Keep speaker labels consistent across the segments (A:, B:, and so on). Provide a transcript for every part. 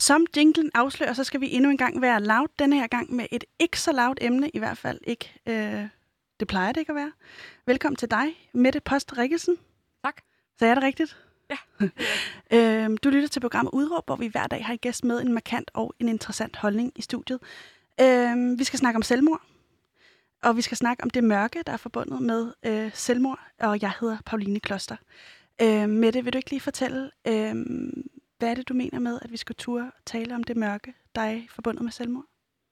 A: Som jinglen afslører, så skal vi endnu en gang være loud denne her gang med et ikke så loud emne, i hvert fald ikke. Det plejer det ikke at være. Velkommen til dig, Mette Post Rikkelsen.
B: Tak.
A: Så er det rigtigt?
B: Ja.
A: Du lytter til programmet Udråb, hvor vi hver dag har en gæst med en markant og en interessant holdning i studiet. Vi skal snakke om selvmord, og vi skal snakke om det mørke, der er forbundet med selvmord, og jeg hedder Pauline Kloster. Mette, vil du ikke lige fortælle, hvad er det, du mener med, at vi skal turde tale om det mørke, der er forbundet med selvmord?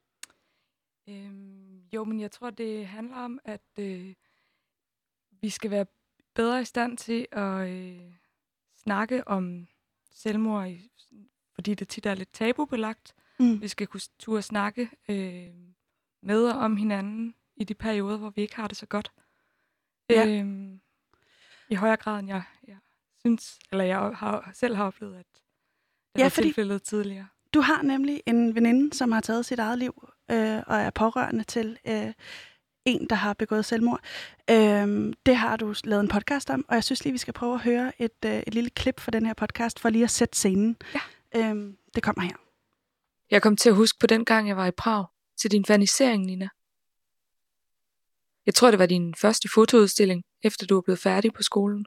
B: Jo, men jeg tror, det handler om, at vi skal være bedre i stand til at snakke om selvmord, fordi det tit er lidt tabubelagt. Vi skal kunne turde snakke med og om hinanden i de perioder, hvor vi ikke har det så godt.
A: Ja.
B: I højere grad, end jeg synes, eller jeg selv har oplevet, at det var tilfældet tidligere.
A: Du har nemlig en veninde, som har taget sit eget liv og er pårørende til en, der har begået selvmord. Det har du lavet en podcast om, og jeg synes lige, vi skal prøve at høre et lille klip fra den her podcast, for lige at sætte scenen.
B: Ja.
A: Det kommer her.
B: Jeg kom til at huske på den gang, jeg var i Prag, til din fernisering, Nina. Jeg tror, det var din første fotoudstilling, efter du var blevet færdig på skolen.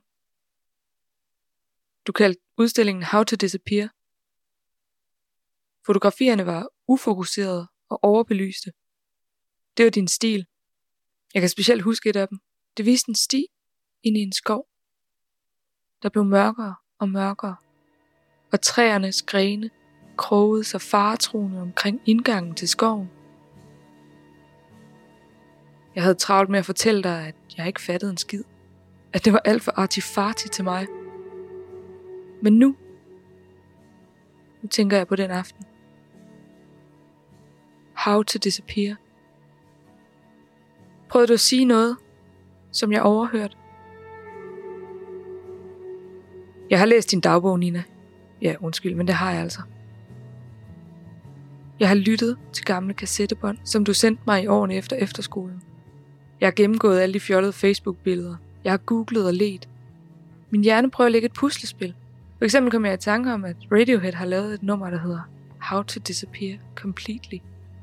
B: Du kaldte udstillingen How to Disappear. Fotografierne var ufokuserede og overbelyste. Det var din stil. Jeg kan specielt huske et af dem. Det viste en sti ind i en skov. Der blev mørkere og mørkere, og træernes grene krogede sig faretruende omkring indgangen til skoven. Jeg havde travlt med at fortælle dig, at jeg ikke fattede en skid. At det var alt for artifarti til mig. Men nu tænker jeg på den aften. How to Disappear. Prøvede du at sige noget, som jeg overhørte? Jeg har læst din dagbog, Nina. Ja, undskyld, men det har jeg altså. Jeg har lyttet til gamle kassettebånd, som du sendte mig i årene efter efterskolen. Jeg har gennemgået alle de fjollede Facebook-billeder. Jeg har googlet og let. Min hjerne prøver at lægge et puslespil. For eksempel kom jeg i tanke om, at Radiohead har lavet et nummer, der hedder How to Disappear Completely.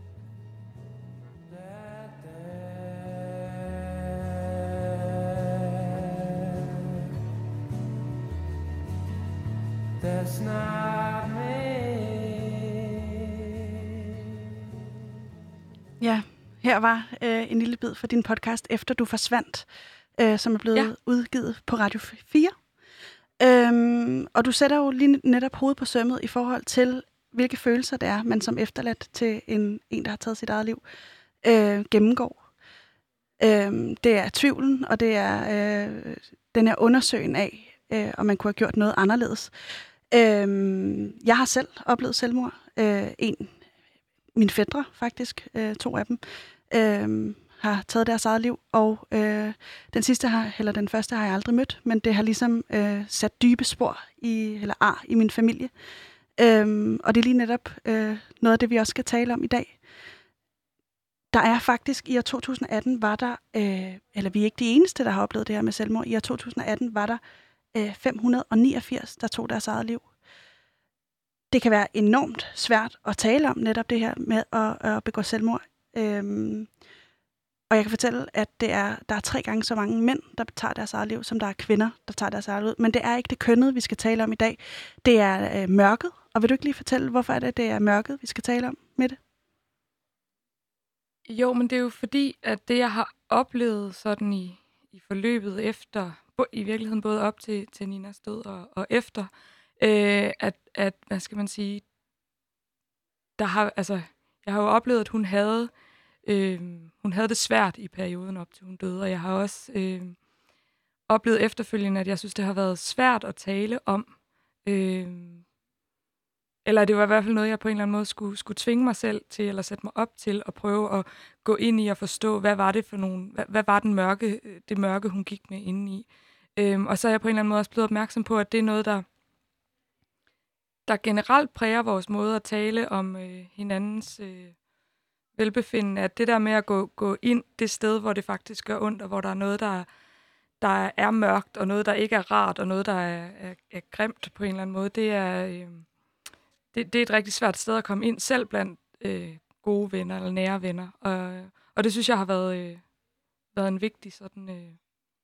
A: Ja, her var en lille bid fra din podcast, Efter du forsvandt, som er blevet udgivet på Radio 4. Og du sætter jo lige netop hovedet på sømmet i forhold til, hvilke følelser det er, man som efterladt til en der har taget sit eget liv, gennemgår. Det er tvivlen, og det er den her undersøgen af, om man kunne have gjort noget anderledes. Jeg har selv oplevet selvmord. Mine fætre faktisk, 2 af dem, har taget deres eget liv, og den første har jeg aldrig mødt, men det har ligesom sat dybe spor i min familie. Og det er lige netop noget af det, vi også skal tale om i dag. Der er faktisk i år 2018 var der, eller vi er ikke de eneste, der har oplevet det her med selvmord. I år 2018 var der 589, der tog deres eget liv. Det kan være enormt svært at tale om netop det her med at begå selvmord. Og jeg kan fortælle, at der er 3 gange så mange mænd, der tager deres eget liv, som der er kvinder, der tager deres eget liv. Men det er ikke det kønnede, vi skal tale om i dag. Det er mørket. Og vil du ikke lige fortælle, hvorfor det er mørket, vi skal tale om med det?
B: Jo, men det er jo fordi, at det, jeg har oplevet sådan i forløbet efter, i virkeligheden både op til Ninas død og efter, at hvad skal man sige, jeg har jo oplevet, at hun havde det svært i perioden op til hun døde, og jeg har også oplevet efterfølgende, at jeg synes, det har været svært at tale om, eller det var i hvert fald noget, jeg på en eller anden måde skulle tvinge mig selv til, eller sætte mig op til, og prøve at gå ind i og forstå, hvad var det for hvad var det mørke, hun gik med inde i. Og så er jeg på en eller anden måde også blevet opmærksom på, at det er noget, der generelt præger vores måde at tale om hinandens velbefindende, at det der med at gå ind det sted, hvor det faktisk gør ondt, og hvor der er noget, der er mørkt, og noget, der ikke er rart, og noget, der er grimt på en eller anden måde, det er det er et rigtig svært sted at komme ind, selv blandt gode venner eller nære venner. Og det synes jeg har været en vigtig sådan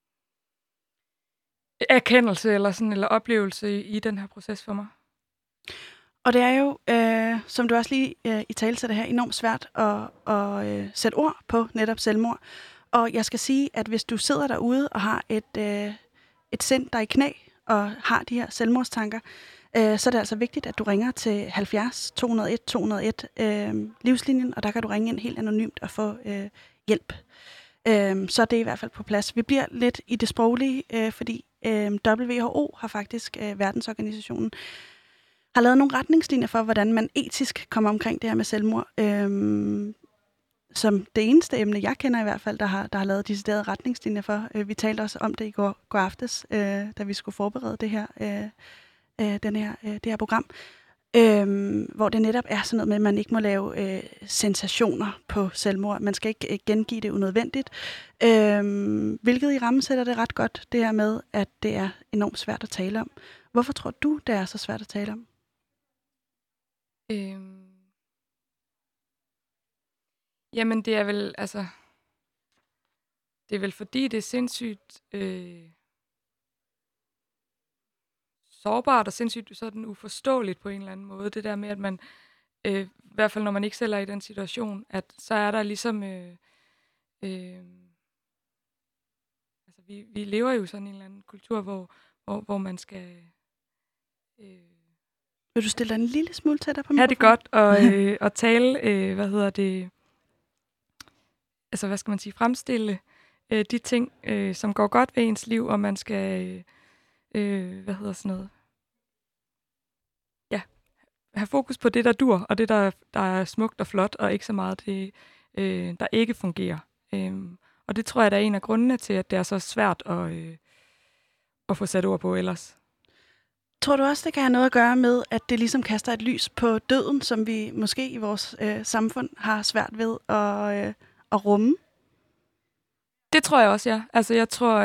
B: erkendelse eller oplevelse i den her proces for mig.
A: Og det er jo, som du også lige i tale sætter her, enormt svært at sætte ord på netop selvmord. Og jeg skal sige, at hvis du sidder derude og har et sind, der er i knæ, og har de her selvmordstanker, så er det altså vigtigt, at du ringer til 70 201 201 livslinjen, og der kan du ringe ind helt anonymt og få hjælp. Så er det i hvert fald på plads. Vi bliver lidt i det sproglige, fordi WHO har faktisk, verdensorganisationen, har lavet nogle retningslinjer for, hvordan man etisk kommer omkring det her med selvmord. Som det eneste emne, jeg kender i hvert fald, der har lavet deciderede retningslinjer for. Vi talte også om det i går aftes, da vi skulle forberede det her program. Hvor det netop er sådan noget med, at man ikke må lave sensationer på selvmord. Man skal ikke gengive det unødvendigt. Hvilket i rammesætter det ret godt, det her med, at det er enormt svært at tale om. Hvorfor tror du, det er så svært at tale om?
B: Jamen, det er vel, det er vel fordi, det er sindssygt sårbart og sindssygt sådan uforståeligt på en eller anden måde. Det der med, at man, i hvert fald når man ikke selv er i den situation, at så er der ligesom, vi lever jo sådan en eller anden kultur, hvor man skal...
A: Vil du stille dig en lille smule tættere på mikrofonen?
B: Ja, det er godt at tale, hvad skal man sige, fremstille de ting, som går godt ved ens liv, og man skal, have fokus på det, der dur, og det, der er smukt og flot, og ikke så meget det, der ikke fungerer. Og det tror jeg, der er en af grundene til, at det er så svært at få sat ord på ellers.
A: Tror du også, det kan have noget at gøre med, at det ligesom kaster et lys på døden, som vi måske i vores samfund har svært ved at rumme?
B: Det tror jeg også, ja. Altså, jeg tror,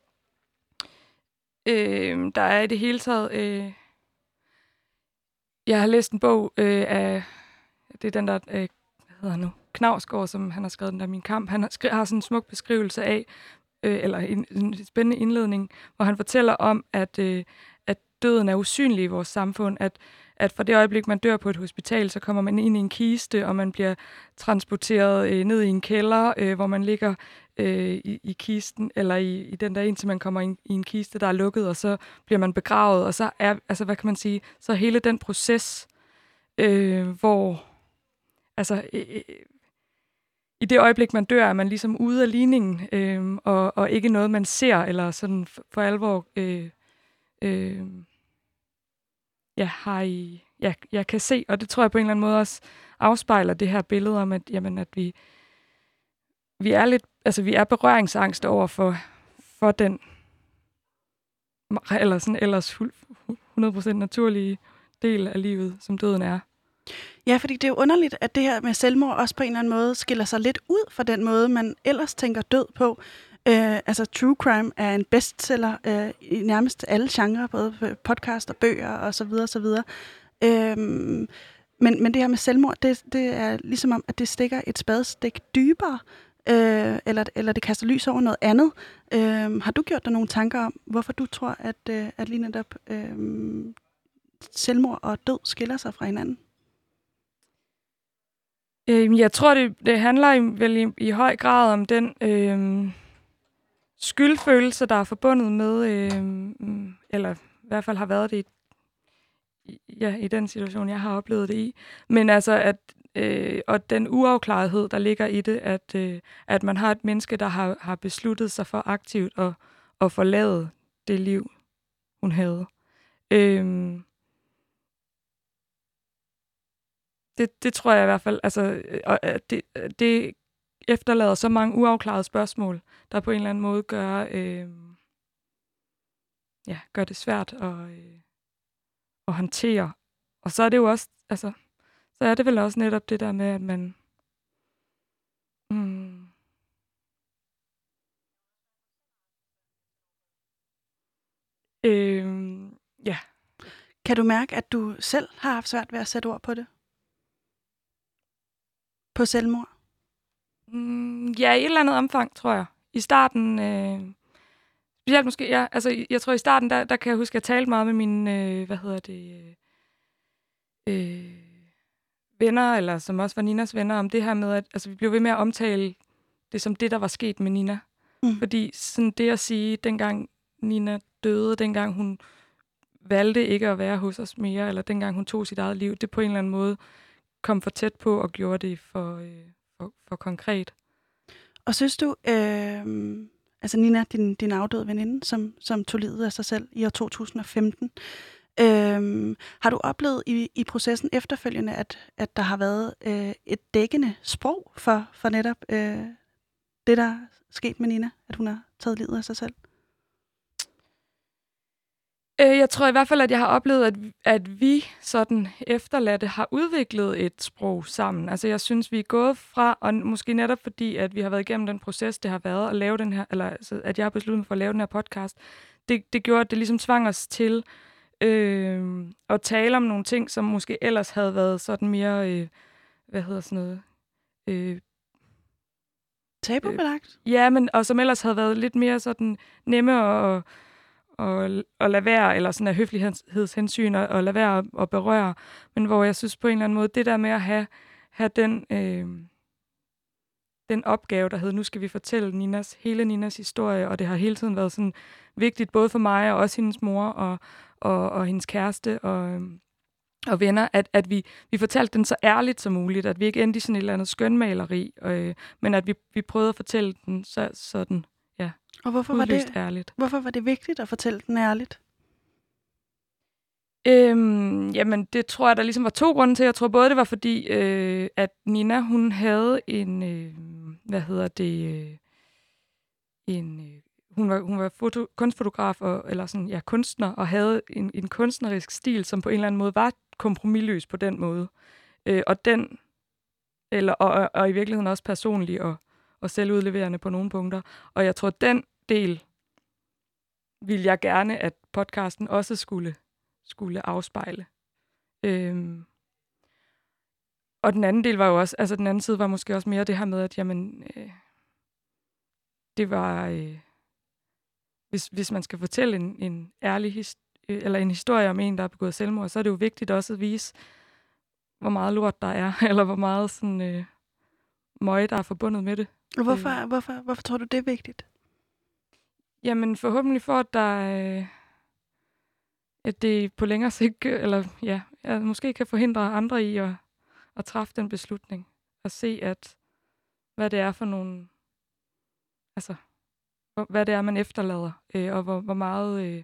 B: der er i det hele taget... jeg har læst en bog af... Det er den der... hvad hedder han nu? Knausgård, som han har skrevet den der Min Kamp. Han har sådan en smuk beskrivelse af... eller en spændende indledning, hvor han fortæller om, at døden er usynlig i vores samfund, at fra det øjeblik, man dør på et hospital, så kommer man ind i en kiste, og man bliver transporteret ned i en kælder, hvor man ligger i kisten, eller i den der, indtil man kommer i en kiste, der er lukket, og så bliver man begravet, og så er, hvad kan man sige, så hele den proces, hvor, i det øjeblik, man dør, er man ligesom ude af ligningen, og ikke noget, man ser, eller sådan for alvor... jeg kan se, og det tror jeg på en eller anden måde også afspejler det her billede om, at vi er lidt, vi er berøringsangste over for den eller sådan ellers 100% naturlige del af livet, som døden er.
A: Ja, fordi det er jo underligt, at det her med selvmord også på en eller anden måde skiller sig lidt ud fra den måde, man ellers tænker død på. True crime er en bestseller i nærmest alle genrer, både podcast og bøger og så videre, så videre. Men det her med selvmord, det er ligesom om, at det stikker et spadestik dybere, eller det kaster lys over noget andet. Har du gjort dig nogle tanker om, hvorfor du tror, at lige netop selvmord og død skiller sig fra hinanden?
B: Jeg tror, det handler vel i høj grad om den skyldfølelse, der er forbundet med, eller i hvert fald har været det i den situation, jeg har oplevet det i. Men og den uafklarethed, der ligger i det, at man har et menneske, der har besluttet sig for aktivt at forlade det liv, hun havde. Det tror jeg i hvert fald, det efterlader så mange uafklarede spørgsmål, der på en eller anden måde gør det svært at håndtere. Og så er det jo også, så er det vel også netop det der med, at man
A: Kan du mærke, at du selv har haft svært ved at sætte ord på det? På selvmord?
B: Ja, i et eller andet omfang, tror jeg. I starten, specielt måske, ja, altså jeg tror i starten, der kan jeg huske, at jeg talte meget med mine, venner, eller som også var Ninas venner, om det her med, at altså, vi blev ved med at omtale det som det, der var sket med Nina. Fordi sådan det at sige, dengang Nina døde, dengang hun valgte ikke at være hos os mere, eller dengang hun tog sit eget liv, det på en eller anden måde kom for tæt på og gjorde det for konkret.
A: Og synes du, altså Nina, din afdøde veninde, som tog livet af sig selv i år 2015, har du oplevet i processen efterfølgende, at der har været et dækkende sprog for netop det, der er sket med Nina, at hun har taget livet af sig selv?
B: Jeg tror i hvert fald, at jeg har oplevet, at vi sådan efterladte har udviklet et sprog sammen. Altså jeg synes, vi er gået fra, og måske netop fordi, at vi har været igennem den proces, det har været at lave den her, eller altså, at jeg har besluttet mig for at lave den her podcast, det gjorde, at det ligesom tvang os til at tale om nogle ting, som måske ellers havde været sådan mere,
A: Tabubelagt?
B: Ja, men og som ellers havde været lidt mere sådan nemme og lade være, eller sådan af høflighedshensyn og lade være at berøre. Men hvor jeg synes på en eller anden måde, det der med at have den opgave, der hed, nu skal vi fortælle hele Ninas historie, og det har hele tiden været sådan vigtigt, både for mig og også hendes mor og hendes kæreste og venner, at vi fortalte den så ærligt som muligt, at vi ikke endte i sådan et eller andet skønmaleri, men at vi prøvede at fortælle den sådan, ja,
A: og hvorfor var det vigtigt at fortælle den ærligt?
B: Jamen, det tror jeg, der ligesom var 2 grunde til. Jeg tror både, det var fordi, at Nina, hun havde en, hun var kunstfotograf, eller sådan, ja, kunstner, og havde en kunstnerisk stil, som på en eller anden måde var kompromisløs på den måde. Og i virkeligheden også personlig og selvudleverende på nogle punkter. Og jeg tror, den del ville jeg gerne, at podcasten også skulle afspejle. Og den anden del var jo også, altså den anden side var måske også mere det her med, at jamen, det var, hvis man skal fortælle en ærlig eller en historie om en, der har begået selvmord, så er det jo vigtigt også at vise, hvor meget lort der er, eller hvor meget sådan møg, der er forbundet med det.
A: Og hvorfor tror du, det er vigtigt?
B: Jamen forhåbentlig for, at det på længere sigt, eller ja, måske kan forhindre andre i at træffe den beslutning. Og se, hvad det er for nogle, altså, hvad det er, man efterlader, og hvor meget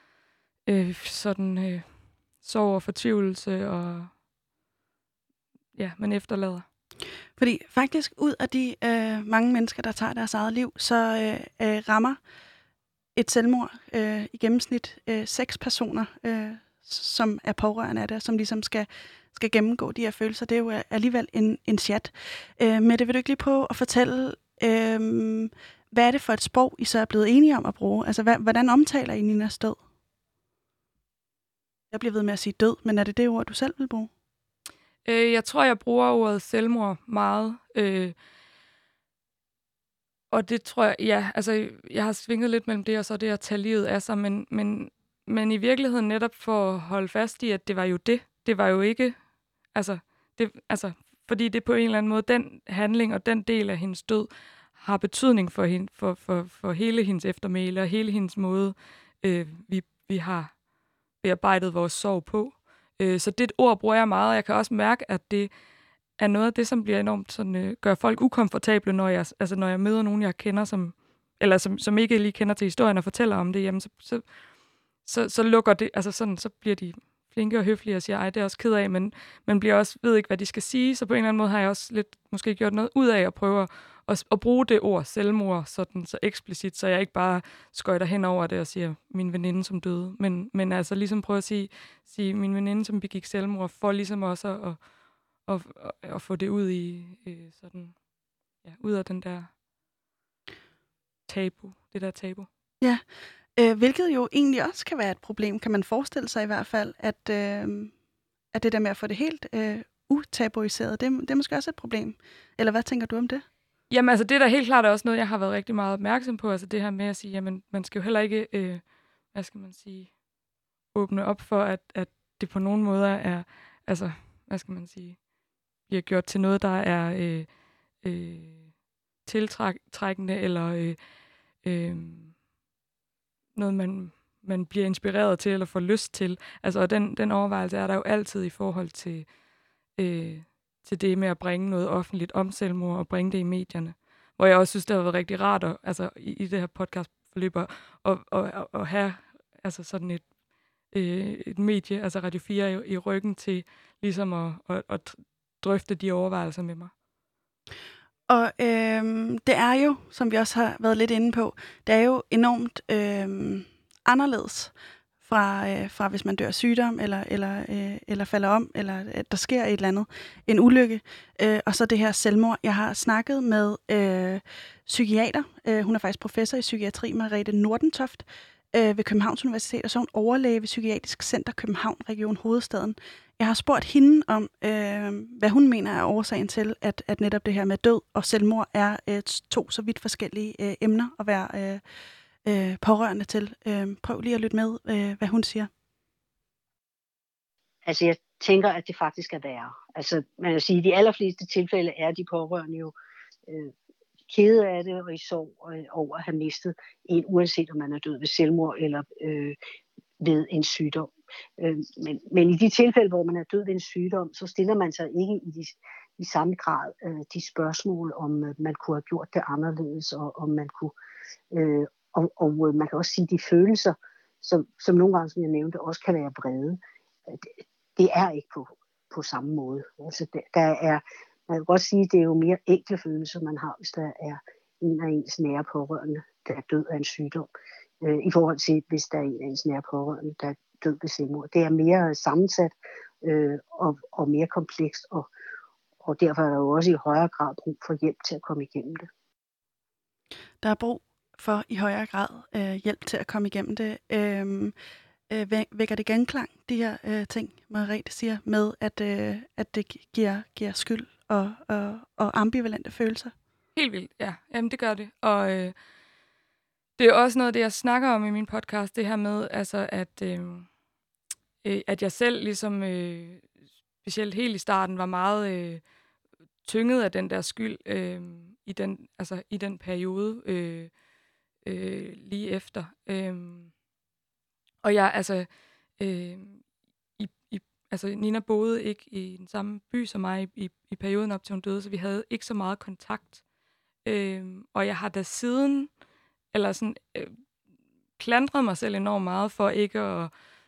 B: sorg og fortvivlelse, og ja, man efterlader.
A: Fordi faktisk ud af de mange mennesker, der tager deres eget liv, så rammer et selvmord i gennemsnit 6 personer, som er pårørende af det, som ligesom skal gennemgå de her følelser. Det er jo alligevel en chat. Mette, vil du ikke lige prøve at fortælle, hvad er det for et sprog, I så er blevet enige om at bruge? Altså, hvordan omtaler I Ninas død? Jeg bliver ved med at sige død, men er det ord, du selv vil bruge?
B: Jeg tror, jeg bruger ordet selvmord meget. Og det tror jeg, ja, altså jeg har svinget lidt mellem det og så det at tage livet af sig, men i virkeligheden netop for at holde fast i, at det var jo det. Det var jo ikke, fordi det på en eller anden måde, den handling og den del af hendes død har betydning for hende, for hele hendes eftermæle og hele hendes måde, vi har bearbejdet vores sorg på. Så det ord bruger jeg meget, og jeg kan også mærke, at det er noget af det, som bliver enormt sådan, gør folk ukomfortable, når jeg møder nogen, jeg kender, som ikke lige kender til historien og fortæller om det, jamen så lukker det, altså sådan, så bliver de flinke og høflige og siger, ej, det er også ked af, men man bliver også, ved ikke, hvad de skal sige, så på en eller anden måde har jeg også lidt måske gjort noget ud af at prøve at bruge det ord selvmord sådan så eksplicit, så jeg ikke bare skøjter hen over det og siger, min veninde som døde, men altså ligesom prøve at sige min veninde som begik selvmord, for ligesom også at få det ud i sådan, ja, ud af den der tabu, det der tabu.
A: Ja, Hvilket jo egentlig også kan være et problem, kan man forestille sig i hvert fald, at det der med at få det helt utabuiseret, det er måske også et problem. Eller hvad tænker du om det?
B: Jamen altså, det er da helt klart også noget, jeg har været rigtig meget opmærksom på. Altså det her med at sige, jamen man skal jo heller ikke, hvad skal man sige, åbne op for, at det på nogen måder er, altså, hvad skal man sige, bliver gjort til noget, der er tiltrækkende, eller noget, man bliver inspireret til, eller får lyst til. Altså, og den overvejelse er der jo altid i forhold til det med at bringe noget offentligt om selvmord, og bringe det i medierne. Hvor jeg også synes, det har været rigtig rart, altså, i det her podcastforløb, at have altså sådan et medie, altså Radio 4, i ryggen til ligesom at drøfte de overvejelser med mig.
A: Og det er jo, som vi også har været lidt inde på, det er jo enormt anderledes fra hvis man dør af sygdom, eller falder om, eller at der sker et eller andet, en ulykke, og så det her selvmord. Jeg har snakket med psykiater, hun er faktisk professor i psykiatri, Merete Nordentoft, ved Københavns Universitet, og så er hun overlæge ved Psykiatrisk Center København, Region Hovedstaden. Jeg har spurgt hende om, hvad hun mener er årsagen til, at netop det her med død og selvmord er to så vidt forskellige emner at være pårørende til. Prøv lige at lytte med, hvad hun siger.
C: Altså jeg tænker, at det faktisk er værre. Altså man kan sige, at i de allerfleste tilfælde er de pårørende jo kede af det og i sorg over at have mistet en, uanset om man er død ved selvmord eller ved en sygdom. Men i de tilfælde, hvor man er død ved en sygdom, så stiller man sig ikke i samme grad de spørgsmål, om man kunne have gjort det anderledes, og om man kunne, og man kan også sige, de følelser, som nogle gange, som jeg nævnte, også kan være vrede. Det er ikke på samme måde. Altså, man kan godt sige, at det er jo mere enkle følelser, man har, hvis der er en af ens nære pårørende, der er død af en sygdom, i forhold til, hvis der er en af ens nære pårørende, der er død ved selvmord. Det er mere sammensat og mere komplekst, og derfor er der jo også i højere grad brug for hjælp til at komme igennem det.
A: Der er brug for i højere grad hjælp til at komme igennem det. Vækker det genklang, de her ting, Merete siger, med at det giver skyld og ambivalente følelser?
B: Helt vildt, ja. Jamen, det gør det. Og det er også noget af det, jeg snakker om i min podcast, det her med, altså, at jeg selv ligesom, specielt helt i starten, var meget tynget af den der skyld i den periode lige efter. Og jeg, Nina boede ikke i den samme by som mig i perioden op til hun døde, så vi havde ikke så meget kontakt. Og jeg har da siden, klandret mig selv enormt meget for ikke at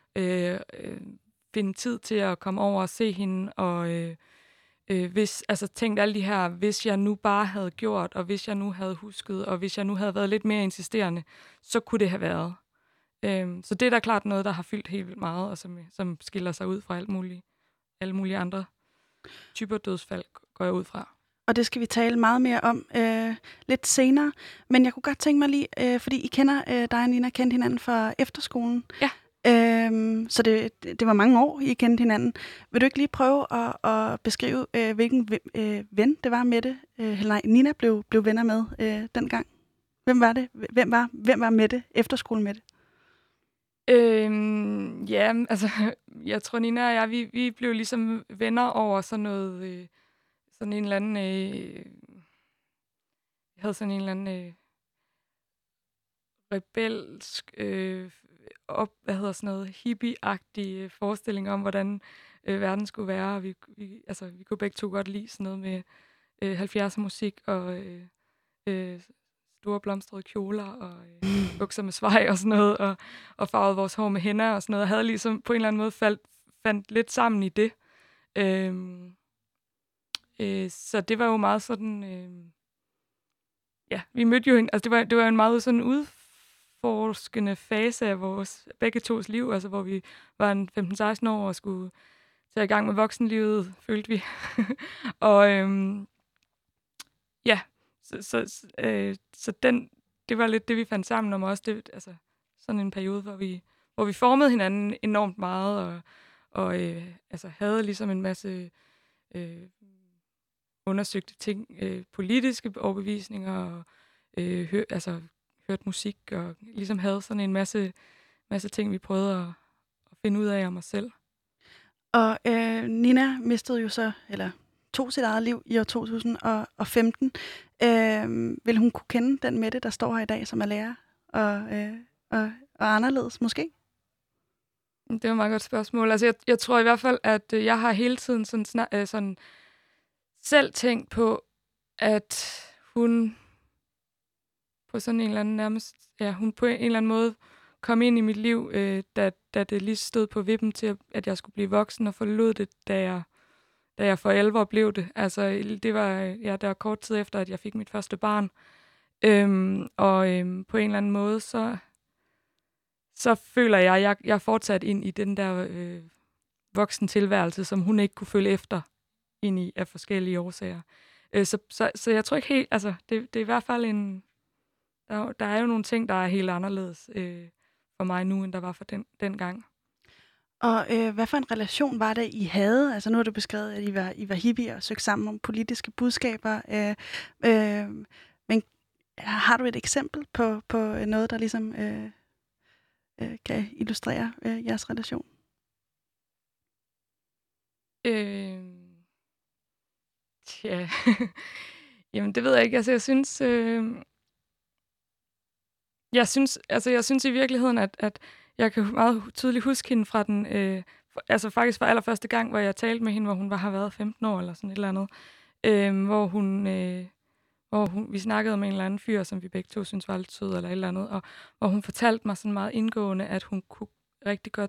B: finde tid til at komme over og se hende, og tænkt alle de her, hvis jeg nu bare havde gjort, og hvis jeg nu havde husket, og hvis jeg nu havde været lidt mere insisterende, så kunne det have været. Så det er da klart noget, der har fyldt helt vildt meget, og som skiller sig ud fra alle mulige andre typer dødsfald, går jeg ud fra.
A: Og det skal vi tale meget mere om lidt senere. Men jeg kunne godt tænke mig lige, fordi I kender, dig og Nina kendte hinanden fra efterskolen.
B: Ja.
A: Så det var mange år, I kendte hinanden. Vil du ikke lige prøve at beskrive, hvilken ven det var Mette? Nina blev venner med dengang. Hvem var det? Hvem var Mette? Efterskolen Mette?
B: Jeg tror, Nina og jeg, vi blev ligesom venner over sådan noget, sådan en eller anden, jeg havde sådan en eller anden rebelsk, hippie-agtig forestilling om, hvordan verden skulle være. Vi kunne begge to godt lide sådan noget med 70'er musik og store blomstrede kjoler og bukser med svej og sådan noget, og farvede vores hår med hænder og sådan noget, og havde ligesom på en eller anden måde fandt lidt sammen i det. Så det var jo meget sådan, vi mødte jo det var en meget sådan udforskende fase af vores begge tos liv, altså hvor vi var en 15-16 år og skulle tage i gang med voksenlivet, følte vi. Og så det var lidt det, vi fandt sammen om også. sådan en periode, hvor vi formede hinanden enormt meget, og altså havde ligesom en masse undersøgte ting, politiske overbevisninger, og hørt musik, og ligesom havde sådan en masse ting, vi prøvede at finde ud af om os selv.
A: Og Nina mistede jo så, eller tog sit eget liv i år 2015. Vil hun kunne kende den Mette, der står her i dag, som er lærer, og anderledes måske?
B: Det er et meget godt spørgsmål. Altså, jeg tror i hvert fald, at jeg har hele tiden sådan selv tænkt på, at hun på sådan en eller anden nærmest, hun på en eller anden måde kom ind i mit liv, da det lige stod på vippen til, at jeg skulle blive voksen, og forlod det, da jeg for alvor blev det. Altså, det var kort tid efter, at jeg fik mit første barn. På en eller anden måde, så føler jeg er fortsat ind i den der voksen tilværelse, som hun ikke kunne følge efter ind i af forskellige årsager. Så jeg tror ikke helt, altså, det er i hvert fald der er jo nogle ting, der er helt anderledes for mig nu, end der var for den gang.
A: Og hvad for en relation var det, I havde? Altså nu har du beskrevet, at I var hippie og søgte sammen om politiske budskaber. Men har du et eksempel på noget, der ligesom kan illustrere jeres relation?
B: Tja, jamen det ved jeg ikke. Altså jeg synes i virkeligheden, at jeg kan meget tydeligt huske hende fra den, faktisk fra allerførste gang, hvor jeg talte med hende, hvor hun har været 15 år eller sådan et eller andet, hvor vi snakkede om en eller anden fyr, som vi begge to synes var lidt sød eller et eller andet, og hvor hun fortalte mig sådan meget indgående, at hun kunne rigtig godt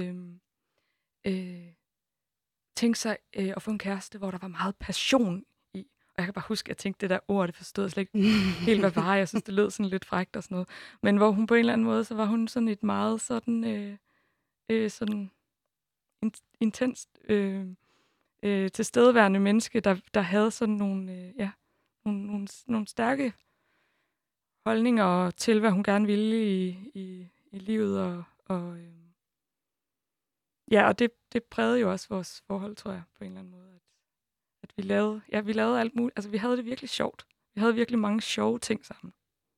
B: tænke sig at få en kæreste, hvor der var meget passion i. Og jeg kan bare huske, at jeg tænkte, det der ord, det forstod jeg slet ikke helt, hvad var. Jeg synes, det lød sådan lidt frækt og sådan noget. Men hvor hun på en eller anden måde, så var hun sådan et meget sådan, sådan intenst tilstedeværende menneske, der havde sådan nogle stærke holdninger til, hvad hun gerne ville i livet. Og det prægede jo også vores forhold, tror jeg, på en eller anden måde. At vi lavede alt muligt. Altså, vi havde det virkelig sjovt. Vi havde virkelig mange sjove ting sammen.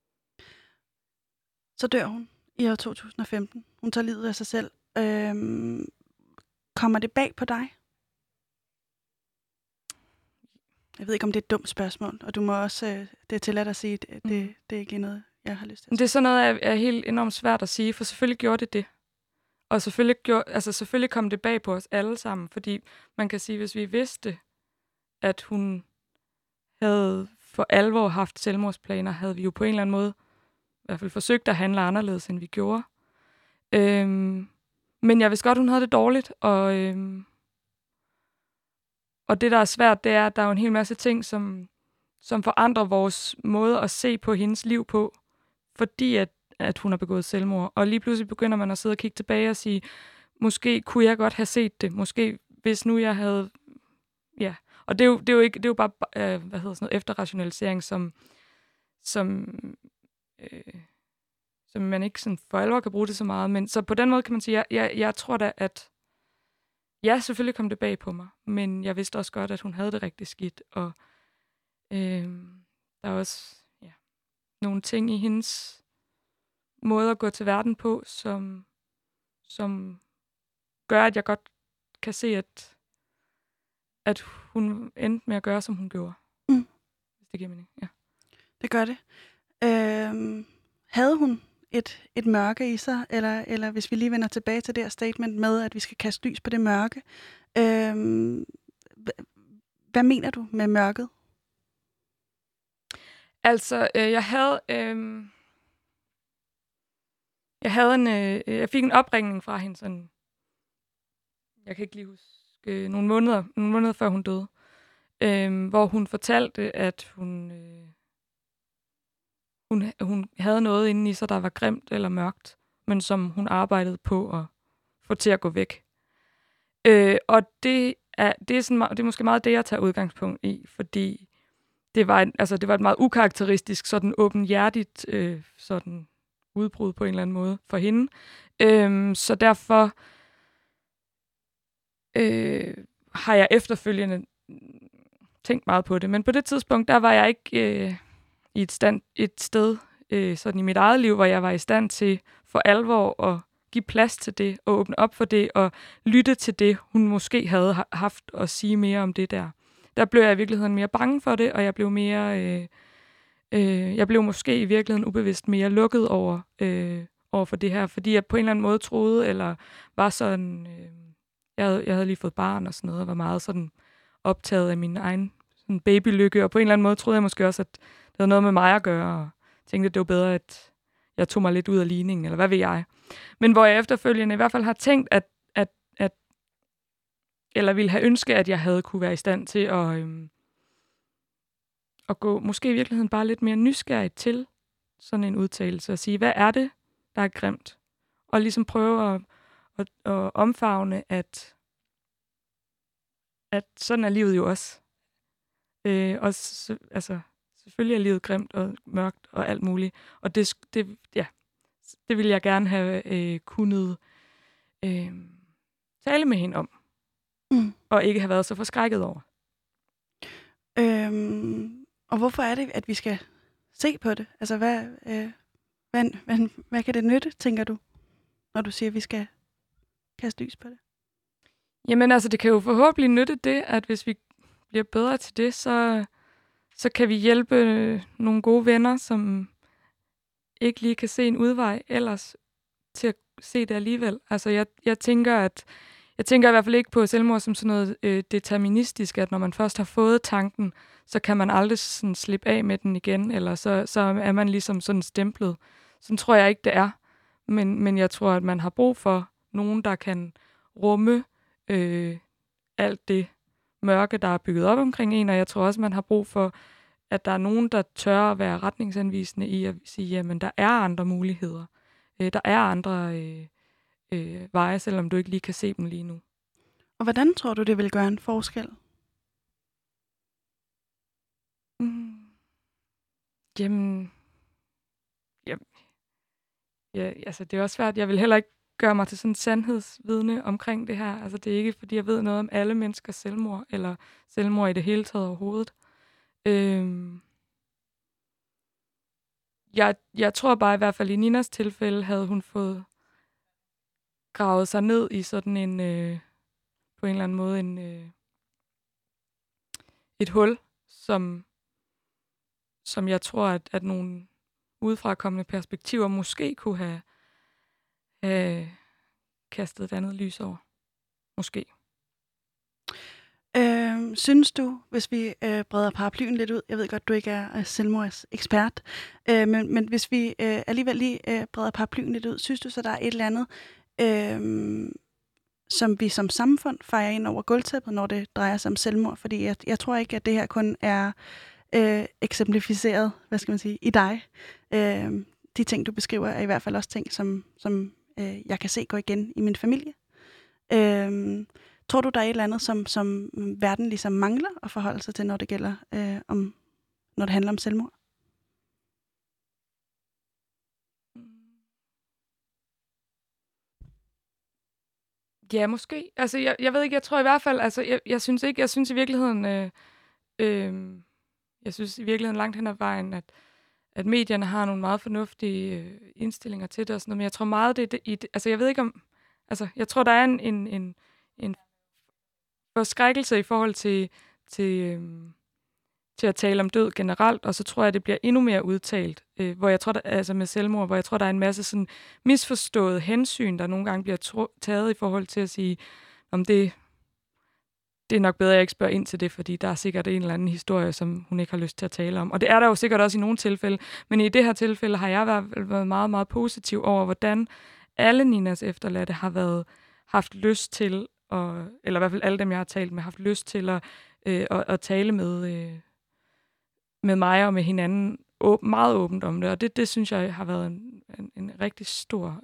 A: Så dør hun i år 2015. Hun tager livet af sig selv. Kommer det bag på dig? Jeg ved ikke, om det er et dumt spørgsmål, og du må også, det er tilladt at sige, at det er ikke lige noget, jeg har lyst til.
B: Det er sådan noget, er helt enormt svært at sige, for selvfølgelig gjorde det. Og selvfølgelig kom det bag på os alle sammen, fordi man kan sige, hvis vi vidste, at hun havde for alvor haft selvmordsplaner, havde vi jo på en eller anden måde i hvert fald forsøgt at handle anderledes, end vi gjorde. Men jeg vidste godt, hun havde det dårligt, og det, der er svært, det er, at der er jo en hel masse ting, som forandrer vores måde at se på hendes liv på, fordi at hun har begået selvmord. Og lige pludselig begynder man at sidde og kigge tilbage og sige, måske kunne jeg godt have set det. Måske, hvis nu jeg havde... Ja, og det er jo bare sådan noget efterrationalisering, som man ikke sådan for alvor kan bruge det så meget. Men så på den måde kan man sige, jeg tror da, at ja, selvfølgelig kom det bag på mig, men jeg vidste også godt, at hun havde det rigtig skidt, og der er også nogle ting i hendes måde at gå til verden på, som gør, at jeg godt kan se, at hun endte med at gøre, som hun gjorde. Hvis det giver mening, ja.
A: Det gør det. Havde hun et mørke i sig, eller hvis vi lige vender tilbage til det her statement med, at vi skal kaste lys på det mørke. Hvad mener du med mørket?
B: Altså, jeg fik en opringning fra hende sådan, jeg kan ikke lige huske, nogle måneder før hun døde, hvor hun fortalte, at hun havde noget inde i sig, der var grimt eller mørkt, men som hun arbejdede på at få til at gå væk. Og det er måske meget det, jeg tager udgangspunkt i, fordi det var et meget ukarakteristisk, sådan åbenhjertigt, sådan udbrud på en eller anden måde for hende. Så derfor har jeg efterfølgende tænkt meget på det. Men på det tidspunkt, der var jeg ikke i et sted sådan i mit eget liv, hvor jeg var i stand til for alvor at give plads til det, og åbne op for det, og lytte til det, hun måske havde haft at sige mere om det der. Der blev jeg i virkeligheden mere bange for det, og jeg blev mere... jeg blev måske i virkeligheden ubevidst mere lukket over for det her, fordi jeg på en eller anden måde troede, eller var sådan... jeg havde lige fået barn og sådan noget, og var meget sådan optaget af min egen sådan babylykke, og på en eller anden måde troede jeg måske også, at det havde noget med mig at gøre, og tænkte, at det var bedre, at jeg tog mig lidt ud af ligningen, eller hvad ved jeg. Men hvor jeg efterfølgende i hvert fald har tænkt, at eller ville have ønsket, at jeg havde kunne være i stand til at gå måske i virkeligheden bare lidt mere nysgerrigt til sådan en udtalelse, og sige, hvad er det, der er grimt? Og ligesom prøve at omfavne, at sådan er livet jo også. Og selvfølgelig er livet grimt og mørkt og alt muligt. Og det ville jeg gerne have kunnet tale med hende om. Og ikke have været så forskrækket over.
A: Og hvorfor er det, at vi skal se på det? Altså, hvad kan det nytte, tænker du, når du siger, at vi skal kaste lys på det?
B: Jamen altså, det kan jo forhåbentlig nytte det, at hvis vi bliver bedre til det, så kan vi hjælpe nogle gode venner, som ikke lige kan se en udvej ellers, til at se det alligevel. Altså, jeg tænker i hvert fald ikke på selvmord som sådan noget deterministisk, at når man først har fået tanken, så kan man aldrig sådan slippe af med den igen, eller så er man ligesom sådan stemplet. Sådan tror jeg ikke, det er. Men jeg tror, at man har brug for nogen, der kan rumme alt det mørke, der er bygget op omkring en, og jeg tror også, man har brug for, at der er nogen, der tør at være retningsanvisende i at sige, jamen, der er andre muligheder. Der er andre veje, selvom du ikke lige kan se dem lige nu.
A: Og hvordan tror du, det vil gøre en forskel?
B: Jamen, altså det er også svært. Jeg vil heller ikke gøre mig til sådan en sandhedsvidne omkring det her. Altså det er ikke, fordi jeg ved noget om alle menneskers selvmord, eller selvmord i det hele taget overhovedet. Jeg tror bare i hvert fald i Ninas tilfælde, havde hun fået gravet sig ned i sådan en, på en eller anden måde, et hul, som jeg tror, at nogle udefrakommende perspektiver måske kunne have kastet et andet lys over. Måske.
A: Synes du, hvis vi breder paraplyen lidt ud, jeg ved godt, du ikke er selvmordsekspert, men hvis vi alligevel lige breder paraplyen lidt ud, synes du så, der er et eller andet, som vi som samfund fejrer ind over gulvtæppet, når det drejer sig om selvmord? Fordi jeg tror ikke, at det her kun er eksemplificeret, hvad skal man sige, i dig. De ting, du beskriver, er i hvert fald også ting, som jeg kan se gå igen i min familie. Tror du, der er et eller andet, som verden ligesom mangler at forholde sig til, når det gælder når det handler om selvmord?
B: Ja, måske. Altså, jeg ved ikke, jeg tror i hvert fald, altså, jeg synes i virkeligheden, jeg synes i virkeligheden langt hen ad vejen, at medierne har nogle meget fornuftige indstillinger til det og sådan noget, men jeg tror meget, altså, jeg ved ikke om, altså, jeg tror, der er en forskrækkelse i forhold til at tale om død generelt, og så tror jeg, det bliver endnu mere udtalt, hvor jeg tror, altså med selvmord, hvor jeg tror, der er en masse sådan misforstået hensyn, der nogle gange bliver taget i forhold til at sige, om det er nok bedre, at jeg ikke spørger ind til det, fordi der er sikkert en eller anden historie, som hun ikke har lyst til at tale om. Og det er der jo sikkert også i nogle tilfælde, men i det her tilfælde har jeg været meget, meget positiv over, hvordan alle Ninas efterladte har haft lyst til, eller i hvert fald alle dem, jeg har talt med, haft lyst til at tale med mig og med hinanden meget åbent om det, og det synes jeg har været en rigtig stor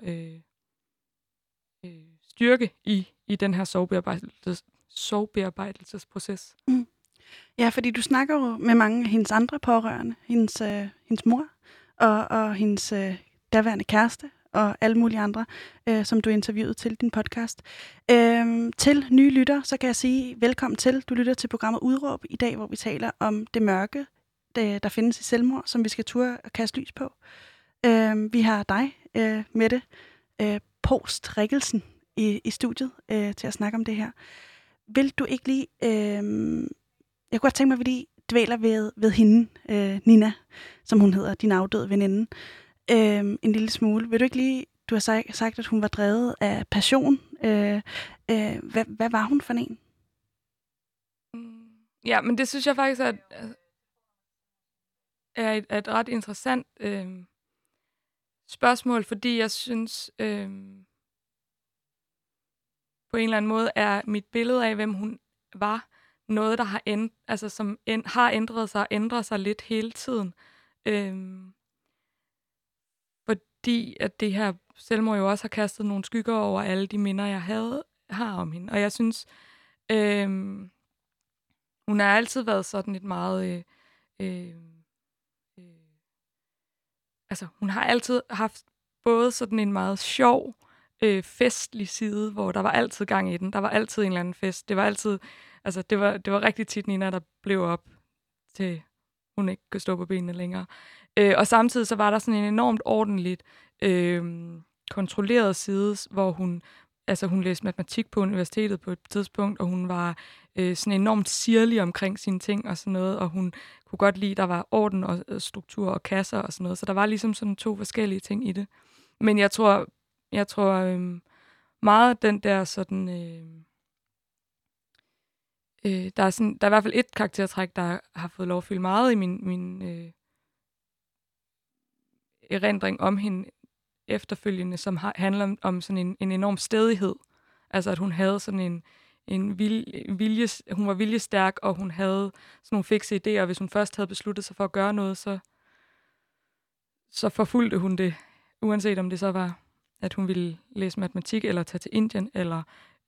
B: styrke i den her sorgbearbejdelsesproces.
A: Ja, fordi du snakker jo med mange af hendes andre pårørende, hendes mor og hendes daværende kæreste og alle mulige andre, som du interviewede til din podcast. Til nye lytter, så kan jeg sige velkommen til. Du lytter til programmet Udråb i dag, hvor vi taler om det mørke, der findes i selvmord, som vi skal turde at kaste lys på. Vi har dig, Mette Post Rikkelsen, i studiet til at snakke om det her. Vil du ikke lige... jeg kunne godt tænke mig, at vi lige dvæler ved hende, Nina, som hun hedder, din afdøde veninde, en lille smule. Vil du ikke lige... Du har sagt, at hun var drevet af passion. Hvad var hun for en?
B: Ja, men det synes jeg faktisk er et ret interessant spørgsmål, fordi jeg synes, på en eller anden måde er mit billede af, hvem hun var, noget, der har har ændret sig og ændret sig lidt hele tiden. Fordi at det her selvmord jo også har kastet nogle skygger over alle de minder, jeg har om hende. Og jeg synes, hun har altid været sådan et meget... hun har altid haft både sådan en meget sjov, festlig side, hvor der var altid gang i den. Der var altid en eller anden fest. Det var altid... det var rigtig tit Nina, der blev op til hun ikke kunne stå på benene længere. Og samtidig så var der sådan en enormt ordentligt kontrolleret side, hvor hun læste matematik på universitetet på et tidspunkt, og hun var sådan enormt sirlig omkring sine ting og sådan noget, og hun kunne godt lide, der var orden og struktur og kasser og sådan noget, så der var ligesom sådan 2 forskellige ting i det. Men jeg tror meget den der sådan... der er i hvert fald et karaktertræk, der har fået lov at fylde meget i min erindring om hende efterfølgende, som handler om sådan en enorm stædighed. Altså at hun havde sådan en vilje, hun var viljestærk, og hun havde sådan nogle fikse idéer, og hvis hun først havde besluttet sig for at gøre noget, så forfulgte hun det, uanset om det så var, at hun ville læse matematik, eller tage til Indien, eller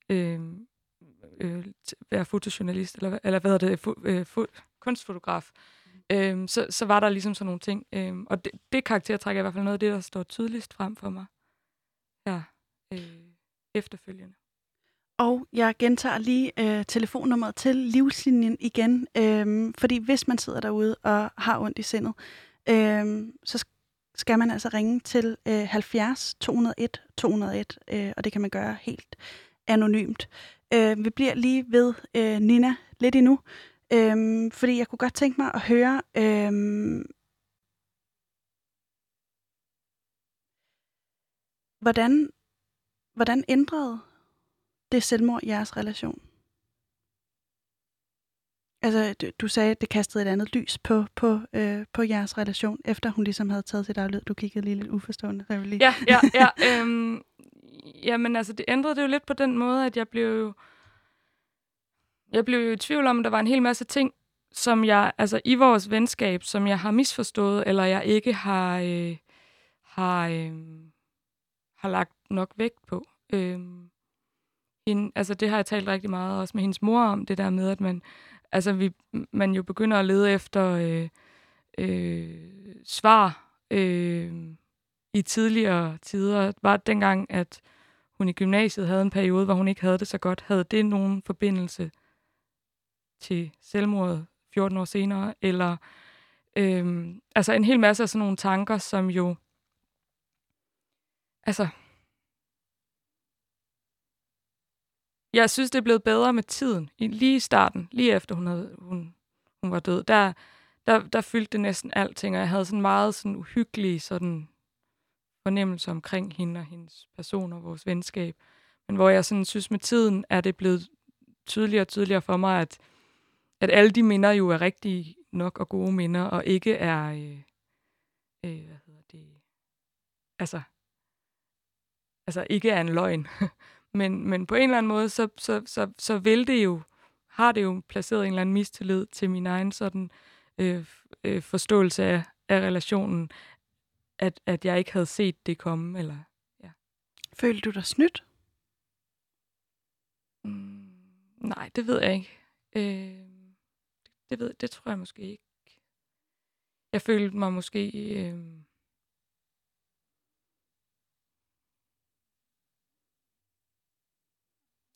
B: være fotojournalist, eller hvad hedder det, kunstfotograf. Så var der ligesom sådan nogle ting. Og det karaktertræk er i hvert fald noget af det, der står tydeligst frem for mig her efterfølgende.
A: Og jeg gentager lige telefonnummeret til Livslinjen igen, fordi hvis man sidder derude og har ondt i sindet, så skal man altså ringe til 70 201 201, og det kan man gøre helt anonymt. Vi bliver lige ved Nina lidt endnu, fordi jeg kunne godt tænke mig at høre, hvordan ændrede det selvmord jeres relation? Altså, du sagde, at det kastede et andet lys på jeres relation, efter hun ligesom havde taget sit afled. Du kiggede lige lidt uforstående. Så jeg vil lige...
B: Ja. Jamen, altså, det ændrede det jo lidt på den måde, at jeg blev jo i tvivl om, at der var en hel masse ting, som jeg, altså i vores venskab, som jeg har misforstået, eller jeg ikke har lagt nok vægt på. Altså det har jeg talt rigtig meget også med hendes mor om, det der med, at man jo begynder at lede efter svar i tidligere tider. Var det dengang, at hun i gymnasiet havde en periode, hvor hun ikke havde det så godt. Havde det nogen forbindelse til selvmordet 14 år senere? Eller altså en hel masse af sådan nogle tanker, som jo... Altså... Jeg synes, det er blevet bedre med tiden. Lige i starten, lige efter hun var død, der fyldte det næsten alting, og jeg havde sådan meget sådan uhyggelig sådan fornemmelse omkring hende og hendes person og vores venskab. Men hvor jeg sådan synes, med tiden er det blevet tydeligere og tydeligere for mig, at alle de minder jo er rigtig nok og gode minder, og ikke er, altså ikke er en løgn. Men på en eller anden måde, så vil det jo, har det jo placeret en eller anden mistillid til min egen sådan forståelse af relationen, at jeg ikke havde set det komme. Eller, ja.
A: Følte du dig snydt?
B: Nej, det ved jeg ikke. Det tror jeg måske ikke. Jeg følte mig måske...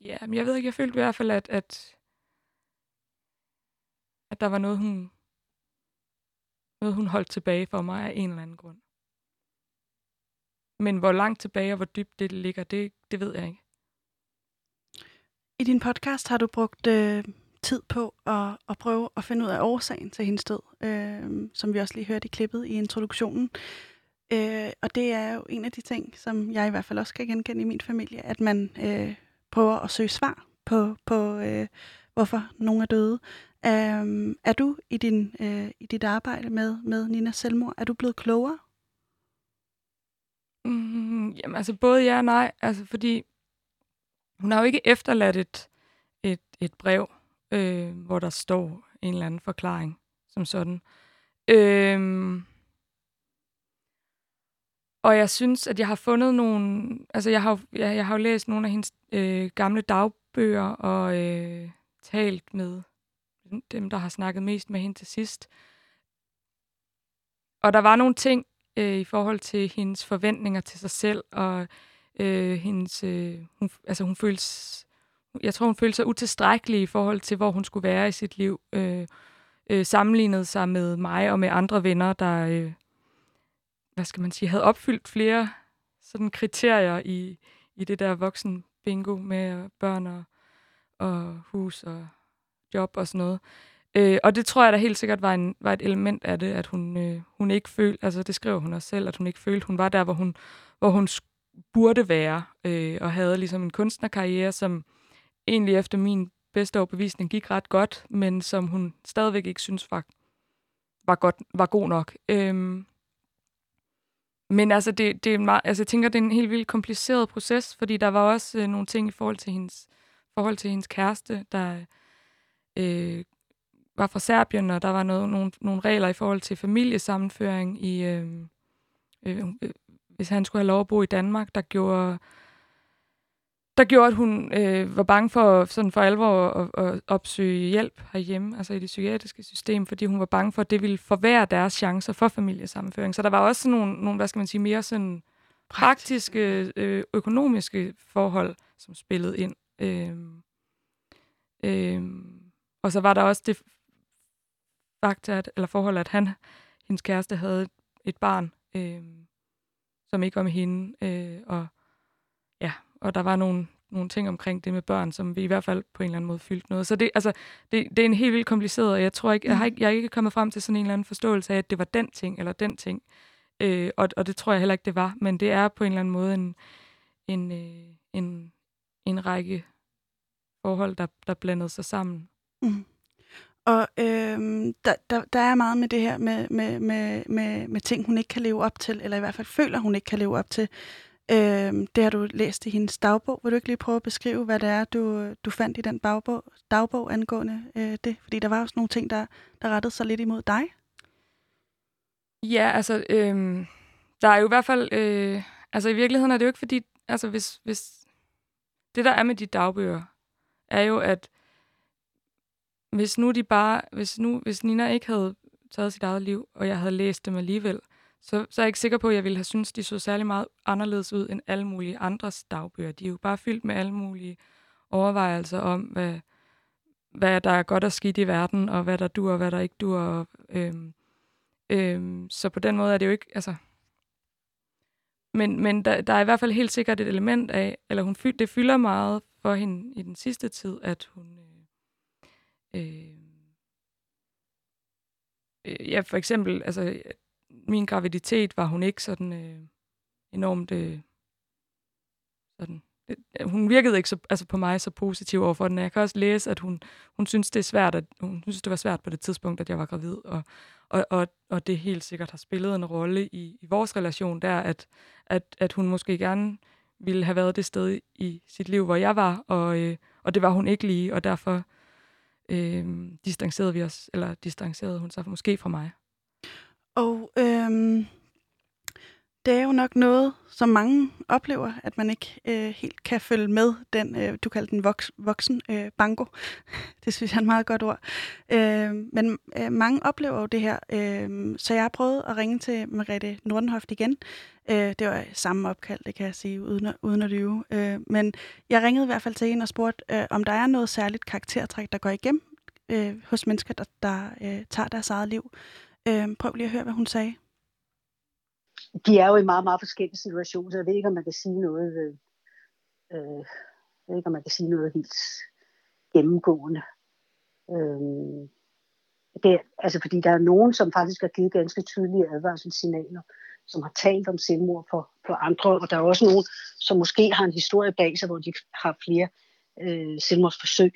B: Ja, men jeg ved ikke, jeg følte i hvert fald, at der var noget, hun holdt tilbage for mig af en eller anden grund. Men hvor langt tilbage og hvor dybt det ligger, det ved jeg ikke.
A: I din podcast har du brugt tid på at prøve at finde ud af årsagen til hendes død, som vi også lige hørte i klippet i introduktionen. Og det er jo en af de ting, som jeg i hvert fald også kan genkende i min familie, at man prøver at søge svar på hvorfor nogen er døde. Er du i dit arbejde med Ninas selvmord, er du blevet klogere?
B: Jamen altså både ja og nej, altså fordi hun har jo ikke efterladt et brev, hvor der står en eller anden forklaring som sådan. Og jeg synes, at jeg har fundet nogle... Altså, jeg har jo læst nogle af hendes gamle dagbøger og talt med dem, der har snakket mest med hende til sidst. Og der var nogle ting i forhold til hendes forventninger til sig selv, og hendes... hun føles... Jeg tror, hun følte sig utilstrækkelig i forhold til, hvor hun skulle være i sit liv. Sammenlignede sig med mig og med andre venner, der... hvad skal man sige, havde opfyldt flere sådan kriterier i det der voksen bingo med børn og hus og job og sådan noget. Og det tror jeg da helt sikkert var et element af det, at hun ikke følte, altså det skriver hun også selv, at hun ikke følte, hun var der, hvor hun burde være, og havde ligesom en kunstnerkarriere, som egentlig efter min bedste overbevisning gik ret godt, men som hun stadigvæk ikke synes var god nok. Men altså, det er meget, altså, jeg tænker, det er en helt vildt kompliceret proces, fordi der var også nogle ting i forhold til hendes kæreste, der var fra Serbien, og der var nogle regler i forhold til familiesammenføring, hvis han skulle have lov at bo i Danmark, der gjorde, at hun var bange for sådan for alvor at opsøge hjælp herhjemme, altså i det psykiatriske system, fordi hun var bange for, at det ville forværre deres chancer for familiesammenføring. Så der var også nogle hvad skal man sige, mere sådan praktiske, økonomiske forhold, som spillede ind. Og så var der også det forhold, at hendes kæreste havde et barn, som ikke var med hende, og der var nogle ting omkring det med børn, som vi i hvert fald på en eller anden måde fyldte noget. Så det er en helt vildt kompliceret, og jeg tror ikke, jeg er ikke kommet frem til sådan en eller anden forståelse af, at det var den ting eller den ting. Og det tror jeg heller ikke, det var. Men det er på en eller anden måde en række forhold, der blandede sig sammen.
A: Mm. Og der er meget med det her med ting, hun ikke kan leve op til, eller i hvert fald føler, hun ikke kan leve op til. Det har du læst i hendes dagbog. Vil du ikke lige prøve at beskrive, hvad det er, du fandt i den dagbog angående det? Fordi der var også nogle ting, der rettede sig lidt imod dig.
B: Ja, altså, der er jo i hvert fald... altså, i virkeligheden er det jo ikke fordi... Altså, hvis det, der er med de dagbøger, er jo, at hvis Nina ikke havde taget sit eget liv, og jeg havde læst dem alligevel, så er jeg ikke sikker på, at jeg ville have syntes, de så særlig meget anderledes ud end alle mulige andres dagbøger. De er jo bare fyldt med alle mulige overvejelser om, hvad der er godt og skidt i verden, og hvad der dur, og hvad der ikke dur. Så på den måde er det jo ikke... Altså, men der er i hvert fald helt sikkert et element af, eller det fylder meget for hende i den sidste tid, at hun... for eksempel, altså... Min graviditet var hun ikke sådan enormt sådan. Hun virkede ikke på mig så positiv overfor den. Jeg kan også læse, at hun synes det er svært, hun synes det var svært på det tidspunkt, at jeg var gravid, og det helt sikkert har spillet en rolle i vores relation der, at hun måske gerne ville have været det sted i sit liv, hvor jeg var, og det var hun ikke lige, og derfor distancerede hun sig måske fra mig.
A: Og Det er jo nok noget, som mange oplever, at man ikke helt kan følge med den, du kalder den voksen banko. Det synes jeg er et meget godt ord. Men mange oplever jo det her. Så jeg har prøvet at ringe til Margrethe Nordenhoft igen. Det var samme opkald, det kan jeg sige, uden at lyve. Men jeg ringede i hvert fald til hende og spurgte, om der er noget særligt karaktertræk, der går igennem hos mennesker, der tager deres eget liv. Prøv lige at høre, hvad hun sagde.
C: De er jo i meget, meget forskellige situationer, så jeg ved ikke, om man kan sige noget, jeg ved ikke, om man kan sige noget helt gennemgående. Altså, fordi der er nogen, som faktisk har givet ganske tydelige advarselssignaler, som har talt om selvmord for andre, og der er også nogen, som måske har en historie bag sig, hvor de har flere selvmordsforsøg.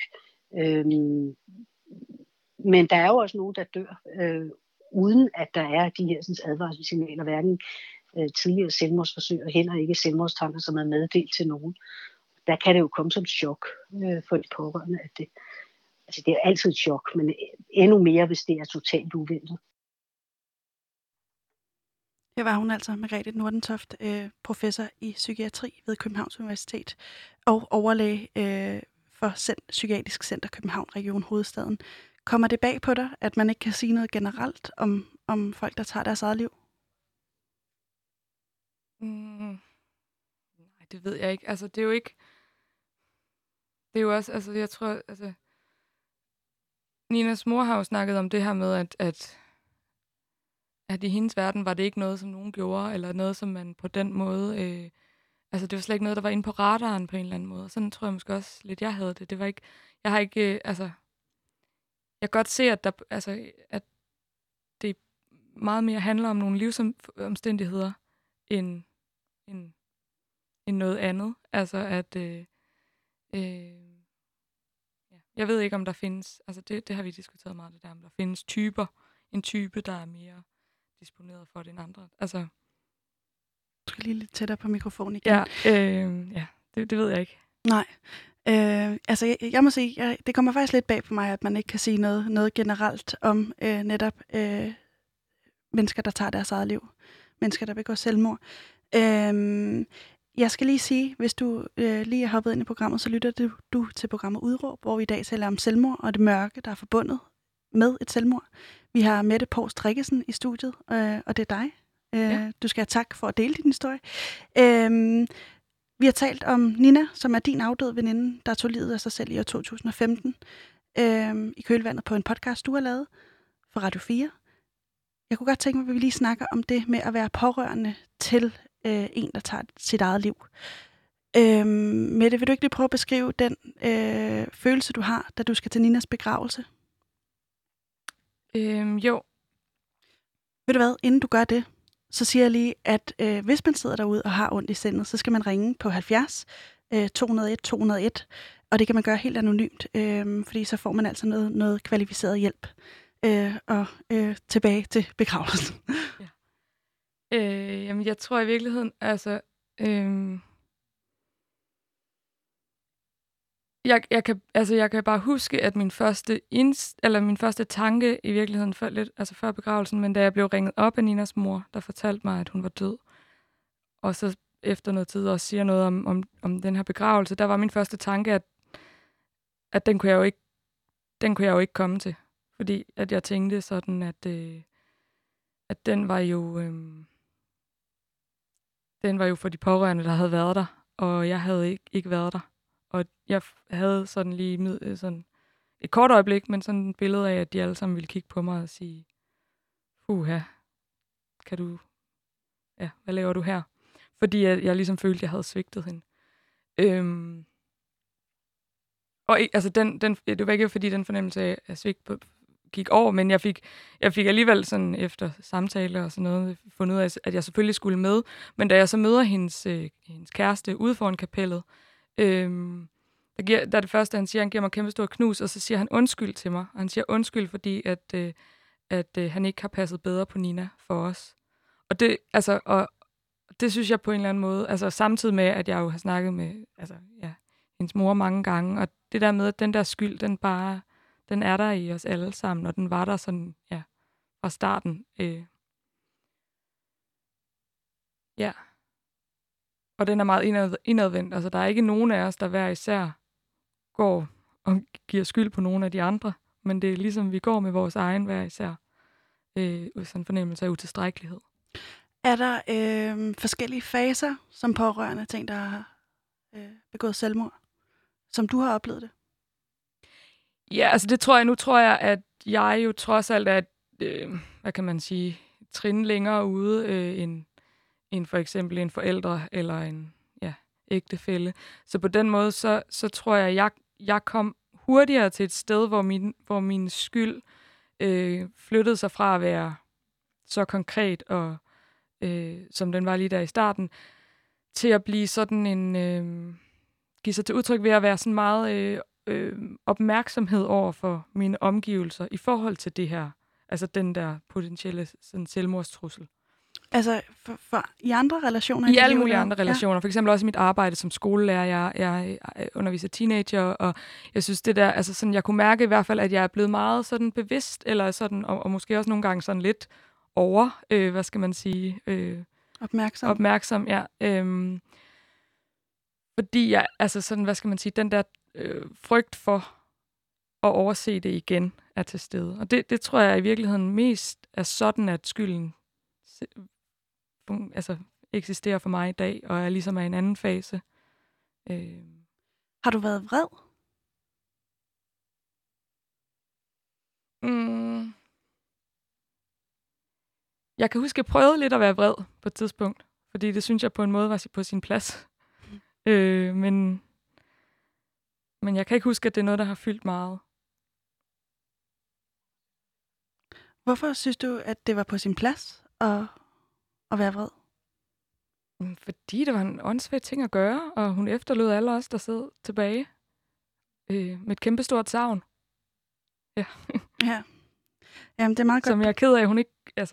C: Men der er jo også nogen, der dør, uden at der er de her sådan, advarselssignaler, hverken tidligere selvmordsforsøg og heller ikke selvmordstanker, som er meddelt til nogen. Der kan det jo komme som chok for de pårørende, at det er altid et chok, men endnu mere, hvis det er totalt uventet.
A: Her var hun altså, Margrethe Nordentoft, professor i psykiatri ved Københavns Universitet og overlæge for Psykiatrisk Center København, Region Hovedstaden. Kommer det bag på dig, at man ikke kan sige noget generelt om folk, der tager deres eget liv?
B: Nej, det ved jeg ikke. Altså, det er jo ikke... Det er jo også... Altså, jeg tror... Altså, Ninas mor har jo snakket om det her med, at i hendes verden var det ikke noget, som nogen gjorde, eller noget, som man på den måde... altså, det var slet ikke noget, der var inde på radaren på en eller anden måde. Og sådan tror jeg måske også lidt, jeg havde det. Det var ikke... Jeg har ikke... Jeg kan godt se, at det meget mere handler om nogle livsomstændigheder end noget andet. Altså, at... Jeg ved ikke, om der findes... Altså, det har vi diskuteret meget, det der, om der findes typer. En type, der er mere disponeret for det end andre. Altså...
A: Du skal lige lidt tættere på mikrofonen igen.
B: Ja, det ved jeg ikke.
A: Nej. Altså, jeg må sige, det kommer faktisk lidt bag på mig, at man ikke kan sige noget generelt om netop mennesker, der tager deres eget liv. Mennesker, der begår selvmord. Jeg skal lige sige, hvis du lige er hoppet ind i programmet, så lytter du til programmet Udråb, hvor vi i dag taler om selvmord og det mørke, der er forbundet med et selvmord. Vi har Mette Post Rikkesen i studiet, og det er dig. Ja. Du skal have tak for at dele din historie. Vi har talt om Nina, som er din afdøde veninde, der tog livet af sig selv i år 2015, i kølvandet på en podcast, du har lavet for Radio 4. Jeg kunne godt tænke mig, at vi lige snakker om det med at være pårørende til en, der tager sit eget liv. Mette, vil du ikke lige prøve at beskrive den følelse, du har, da du skal til Ninas begravelse?
B: Jo.
A: Ved du hvad, inden du gør det, så siger jeg lige, at hvis man sidder derude og har ondt i sindet, så skal man ringe på 70 201 201, og det kan man gøre helt anonymt, fordi så får man altså noget kvalificeret hjælp. Og tilbage til begravelsen.
B: Ja. Jamen, jeg tror i virkeligheden, altså... Jeg kan bare huske, at min første tanke i virkeligheden før begravelsen, men da jeg blev ringet op af Ninas mor, der fortalte mig, at hun var død, og så efter noget tid også siger noget om den her begravelse, der var min første tanke, at den kunne jeg jo ikke komme til, fordi at jeg tænkte sådan, at den var jo for de pårørende, der havde været der, og jeg havde ikke været der. Og jeg havde sådan lige sådan et kort øjeblik, men sådan et billede af, at de alle sammen ville kigge på mig og sige, hvad laver du her? Fordi jeg ligesom følte, at jeg havde svigtet hende. Det var ikke fordi den fornemmelse af svigt gik over, men jeg fik alligevel sådan efter samtaler og sådan noget fundet ud af, at jeg selvfølgelig skulle med. Men da jeg så møder hendes kæreste ude foran kapellet, der er det første, han siger, han giver mig kæmpe stor knus, og så siger han undskyld til mig. Og han siger undskyld, fordi at han ikke har passet bedre på Nina for os. Og det synes jeg på en eller anden måde, altså samtidig med, at jeg jo har snakket med hendes mor mange gange, og det der med, at den der skyld, den er der i os alle sammen, og den var der sådan, fra starten. Ja. Og den er meget indadvendt. Altså, der er ikke nogen af os, der hver især går og giver skyld på nogle af de andre, men det er ligesom, vi går med vores egen hver især. Sådan en fornemmelse af utilstrækkelighed.
A: Er der forskellige faser som pårørende til en, der har begået selvmord, som du har oplevet det?
B: Ja, altså det tror jeg. Nu tror jeg, at jeg jo trods alt er, hvad kan man sige, trin længere ude end for eksempel en forældre eller en ægtefælle. Så på den måde, så tror jeg, jeg kom hurtigere til et sted, hvor min skyld flyttede sig fra at være så konkret, og som den var lige der i starten, til at blive sådan en... give sig til udtryk ved at være sådan meget opmærksomhed over for mine omgivelser i forhold til det her. Altså den der potentielle sådan selvmordstrussel.
A: Altså for i andre relationer?
B: I alle mulige andre relationer. Ja. For eksempel også i mit arbejde som skolelærer. Jeg underviser teenager, og jeg synes det der, altså sådan, jeg kunne mærke i hvert fald, at jeg er blevet meget sådan bevidst, eller sådan, og måske også nogle gange sådan lidt over, hvad skal man sige? Opmærksom, ja. Fordi jeg, altså sådan, hvad skal man sige, den der frygt for at overse det igen er til stede. Og det tror jeg i virkeligheden mest er sådan, at skylden eksisterer for mig i dag, og er ligesom af en anden fase.
A: Har du været vred?
B: Jeg kan huske, at jeg prøvede lidt at være vred på et tidspunkt, fordi det synes jeg på en måde var på sin plads. Men jeg kan ikke huske, at det er noget, der har fyldt meget.
A: Hvorfor synes du, at det var på sin plads at være vred?
B: Fordi det var en åndssvagt ting at gøre, og hun efterlod alle os, der sad tilbage med et kæmpestort savn. Ja.
A: Ja. Jamen, det er meget godt.
B: Som jeg er ked af, at hun ikke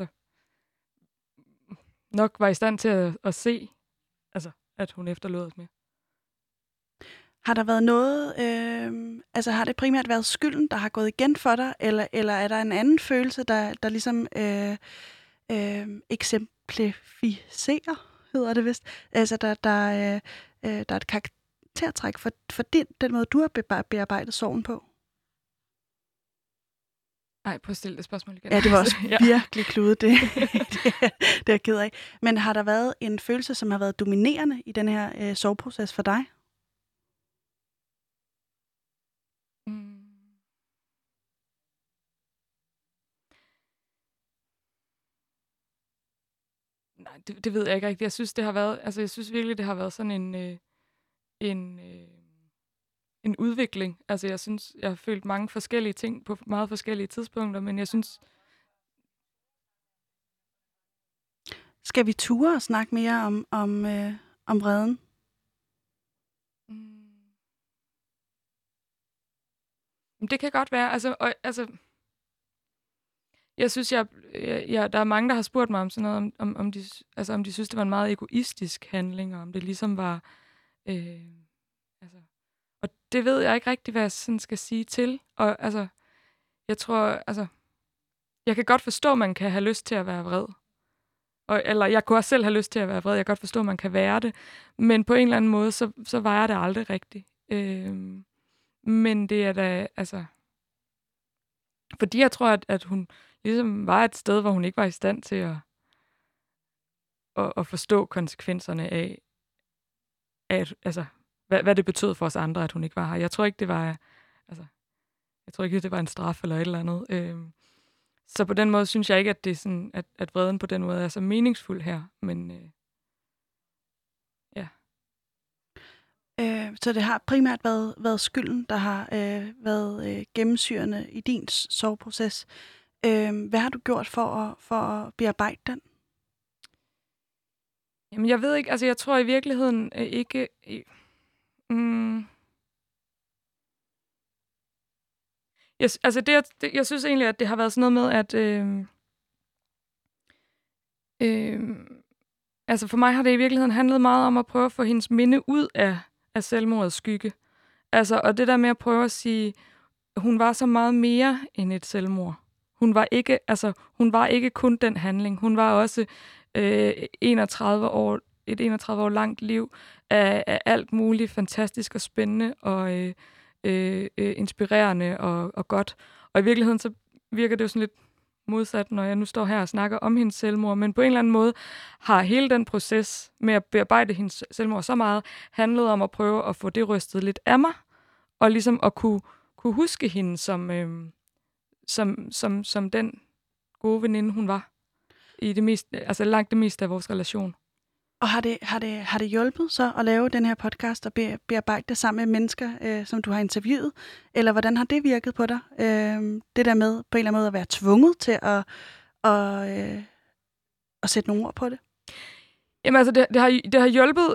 B: nok var i stand til at se, at hun efterlod os med.
A: Har der været noget, har det primært været skylden, der har gået igen for dig, eller er der en anden følelse, der ligesom eksemplificerer, hedder det vist, altså der er et karaktertræk for den måde, du har bearbejdet sorgen på?
B: Nej, prøv at stille det spørgsmål igen.
A: Ja, det var også virkelig kludet, det er jeg ked af. Men har der været en følelse, som har været dominerende i den her sorgproces for dig? Nej, det ved jeg ikke rigtigt. Jeg synes, det har været, jeg synes virkelig, det har været sådan en udvikling. Altså, jeg synes, jeg har følt mange forskellige ting på meget forskellige tidspunkter, men jeg synes... Skal vi ture og snakke mere om vreden?
B: Det kan godt være. Jeg synes, der er mange, der har spurgt mig om sådan noget, om de synes, det var en meget egoistisk handling, og om det ligesom var... Og det ved jeg ikke rigtig, hvad jeg sådan skal sige til. Og jeg tror, jeg kan godt forstå, at man kan have lyst til at være vred. Eller jeg kunne også selv have lyst til at være vred. Jeg kan godt forstå, at man kan være det. Men på en eller anden måde, så var jeg det aldrig rigtigt. Men det er da, fordi jeg tror, at hun ligesom var et sted, hvor hun ikke var i stand til at forstå konsekvenserne af hvad det betød for os andre, at hun ikke var her. Jeg tror ikke, det var, det var en straf eller et eller andet. Så på den måde synes jeg ikke, at det er sådan, at vreden på den måde er så meningsfuld her. Men ja.
A: Så det har primært været skylden, der har været gennemsyrende i din sorgproces. Hvad har du gjort for at bearbejde den?
B: Jamen, jeg ved ikke. Jeg tror i virkeligheden ikke... Jeg synes egentlig, at det har været sådan noget med, at for mig har det i virkeligheden handlet meget om at prøve at få hendes minde ud af selvmordets skygge. Og det der med at prøve at sige, hun var så meget mere end et selvmord. hun var ikke kun den handling. Hun var også et 31 år langt liv af alt muligt fantastisk og spændende og inspirerende og godt. Og i virkeligheden så virker det jo sådan lidt modsat, når jeg nu står her og snakker om hendes selvmord, men på en eller anden måde har hele den proces med at bearbejde hendes selvmord så meget handlet om at prøve at få det rystet lidt af mig, og ligesom at kunne huske hende som den gode veninde, hun var i det meste, altså langt det meste af vores relation.
A: Og har det hjulpet så at lave den her podcast og bearbejde det sammen med mennesker, som du har interviewet? Eller hvordan har det virket på dig? Det der med på en eller anden måde at være tvunget til at sætte nogle ord på det?
B: Jamen altså, det har hjulpet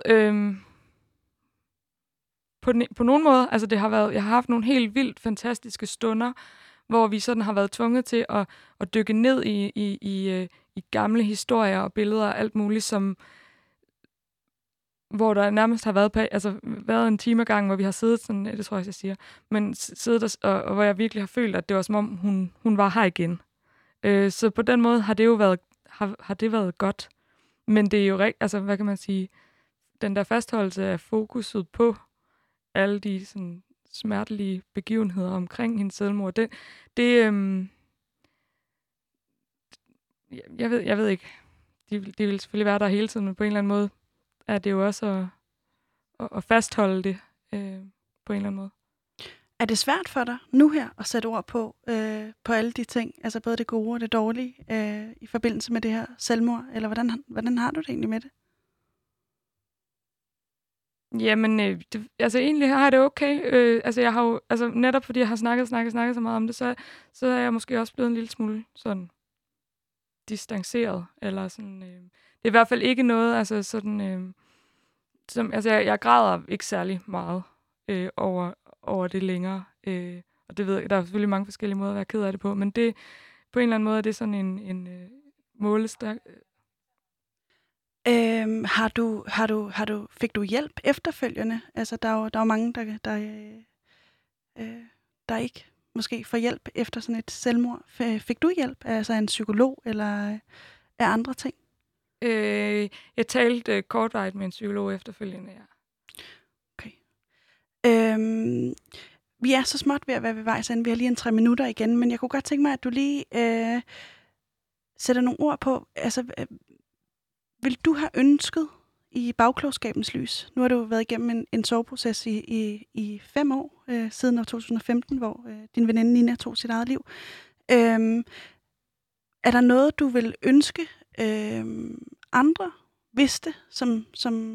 B: på nogen måde. Altså jeg har haft nogle helt vildt fantastiske stunder, hvor vi sådan har været tvunget til at dykke ned i gamle historier og billeder og alt muligt, hvor der nærmest har været en time ad gangen, hvor vi har siddet sådan, det tror jeg siger, men siddet og hvor jeg virkelig har følt, at det var som om hun var her igen. Så på den måde har det jo været godt. Men det er jo altså hvad kan man sige, den der fastholdelse af fokuset på alle de sådan smertelige begivenheder omkring hendes selvmord, jeg ved ikke. De vil selvfølgelig være der hele tiden, men på en eller anden måde er det jo også at fastholde det på en eller anden måde.
A: Er det svært for dig nu her at sætte ord på alle de ting, altså både det gode og det dårlige, i forbindelse med det her selvmord, eller hvordan har du det egentlig med det?
B: Jamen, egentlig har jeg det okay. Jeg har jo, netop fordi jeg har snakket så meget om det, så er jeg måske også blevet en lille smule sådan distanceret, eller sådan. Det er i hvert fald ikke noget, jeg græder ikke særlig meget over det længere. Og det ved jeg, der er selvfølgelig mange forskellige måder at være ked af det på, men det på en eller anden måde er det sådan en målestok.
A: Fik du hjælp efterfølgende? Altså, der er jo mange, der ikke måske får hjælp efter sådan et selvmord. Fik du hjælp? Altså en psykolog eller af andre ting?
B: Jeg talte kortvarigt med en psykolog efterfølgende, ja.
A: Okay. Vi er så småt ved at være ved vejs ende. Vi har lige en 3 minutter igen, men jeg kunne godt tænke mig, at du lige sætter nogle ord på. Altså, vil du have ønsket i bagklogskabens lys? Nu har du været igennem en sorgproces i 5 år, siden år 2015, hvor din veninde Nina tog sit eget liv. Er der noget, du vil ønske andre vidste, som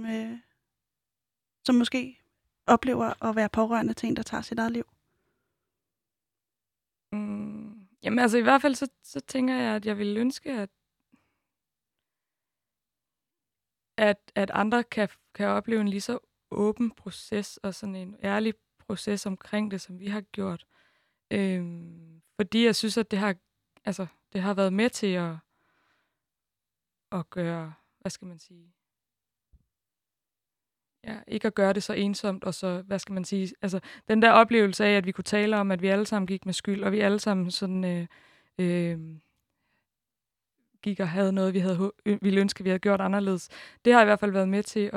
A: måske oplever at være pårørende til en, der tager sit eget liv?
B: Jamen altså i hvert fald så tænker jeg, at jeg vil ønske, at andre kan opleve en lige så åben proces og sådan en ærlig proces omkring det, som vi har gjort. Fordi jeg synes, at det har været med til at gøre, hvad skal man sige, ja, ikke at gøre det så ensomt, og så, hvad skal man sige, altså den der oplevelse af, at vi kunne tale om, at vi alle sammen gik med skyld, og vi alle sammen sådan gik og havde noget, vi ville ønske, vi havde gjort anderledes. Det har i hvert fald været med til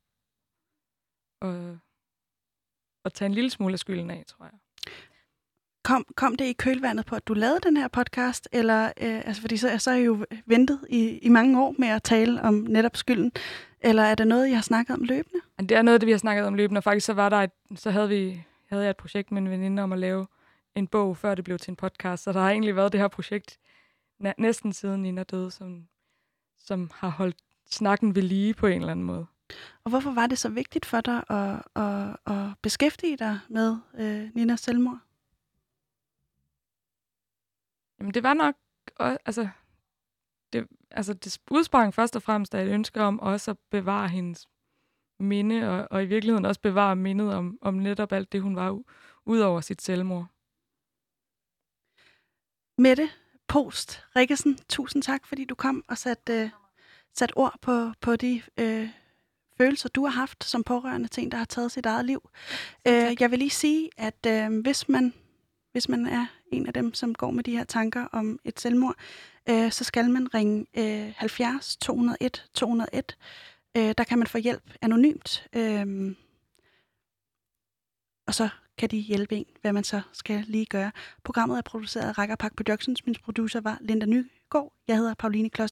B: at tage en lille smule af skylden af, tror jeg.
A: Kom det i kølvandet på, at du lavede den her podcast, eller fordi så er jeg jo ventet i mange år med at tale om netop skylden, eller er det noget, I har snakket om løbende?
B: Det er noget, det vi har snakket om løbende, og faktisk så havde jeg et projekt med en veninde om at lave en bog, før det blev til en podcast, så der har egentlig været det her projekt næsten siden Nina døde, som har holdt snakken ved lige på en eller anden måde.
A: Og hvorfor var det så vigtigt for dig at beskæftige dig med Ninas selvmord?
B: Jamen det var nok, det udsprang først og fremmest af et ønske om også at bevare hendes minde, og i virkeligheden også bevare mindet om netop alt det, hun var ud over sit selvmord.
A: Mette Post Rikkesen, tusind tak, fordi du kom og satte ord på de følelser, du har haft som pårørende til en, der har taget sit eget liv. Jeg vil lige sige, at hvis man er en af dem, som går med de her tanker om et selvmord, så skal man ringe 70 201 201. Der kan man få hjælp anonymt, og så kan de hjælpe en, hvad man så skal lige gøre. Programmet er produceret af Rakkerpak Productions. Min producer var Linda Nygaard. Jeg hedder Pauline Kloster.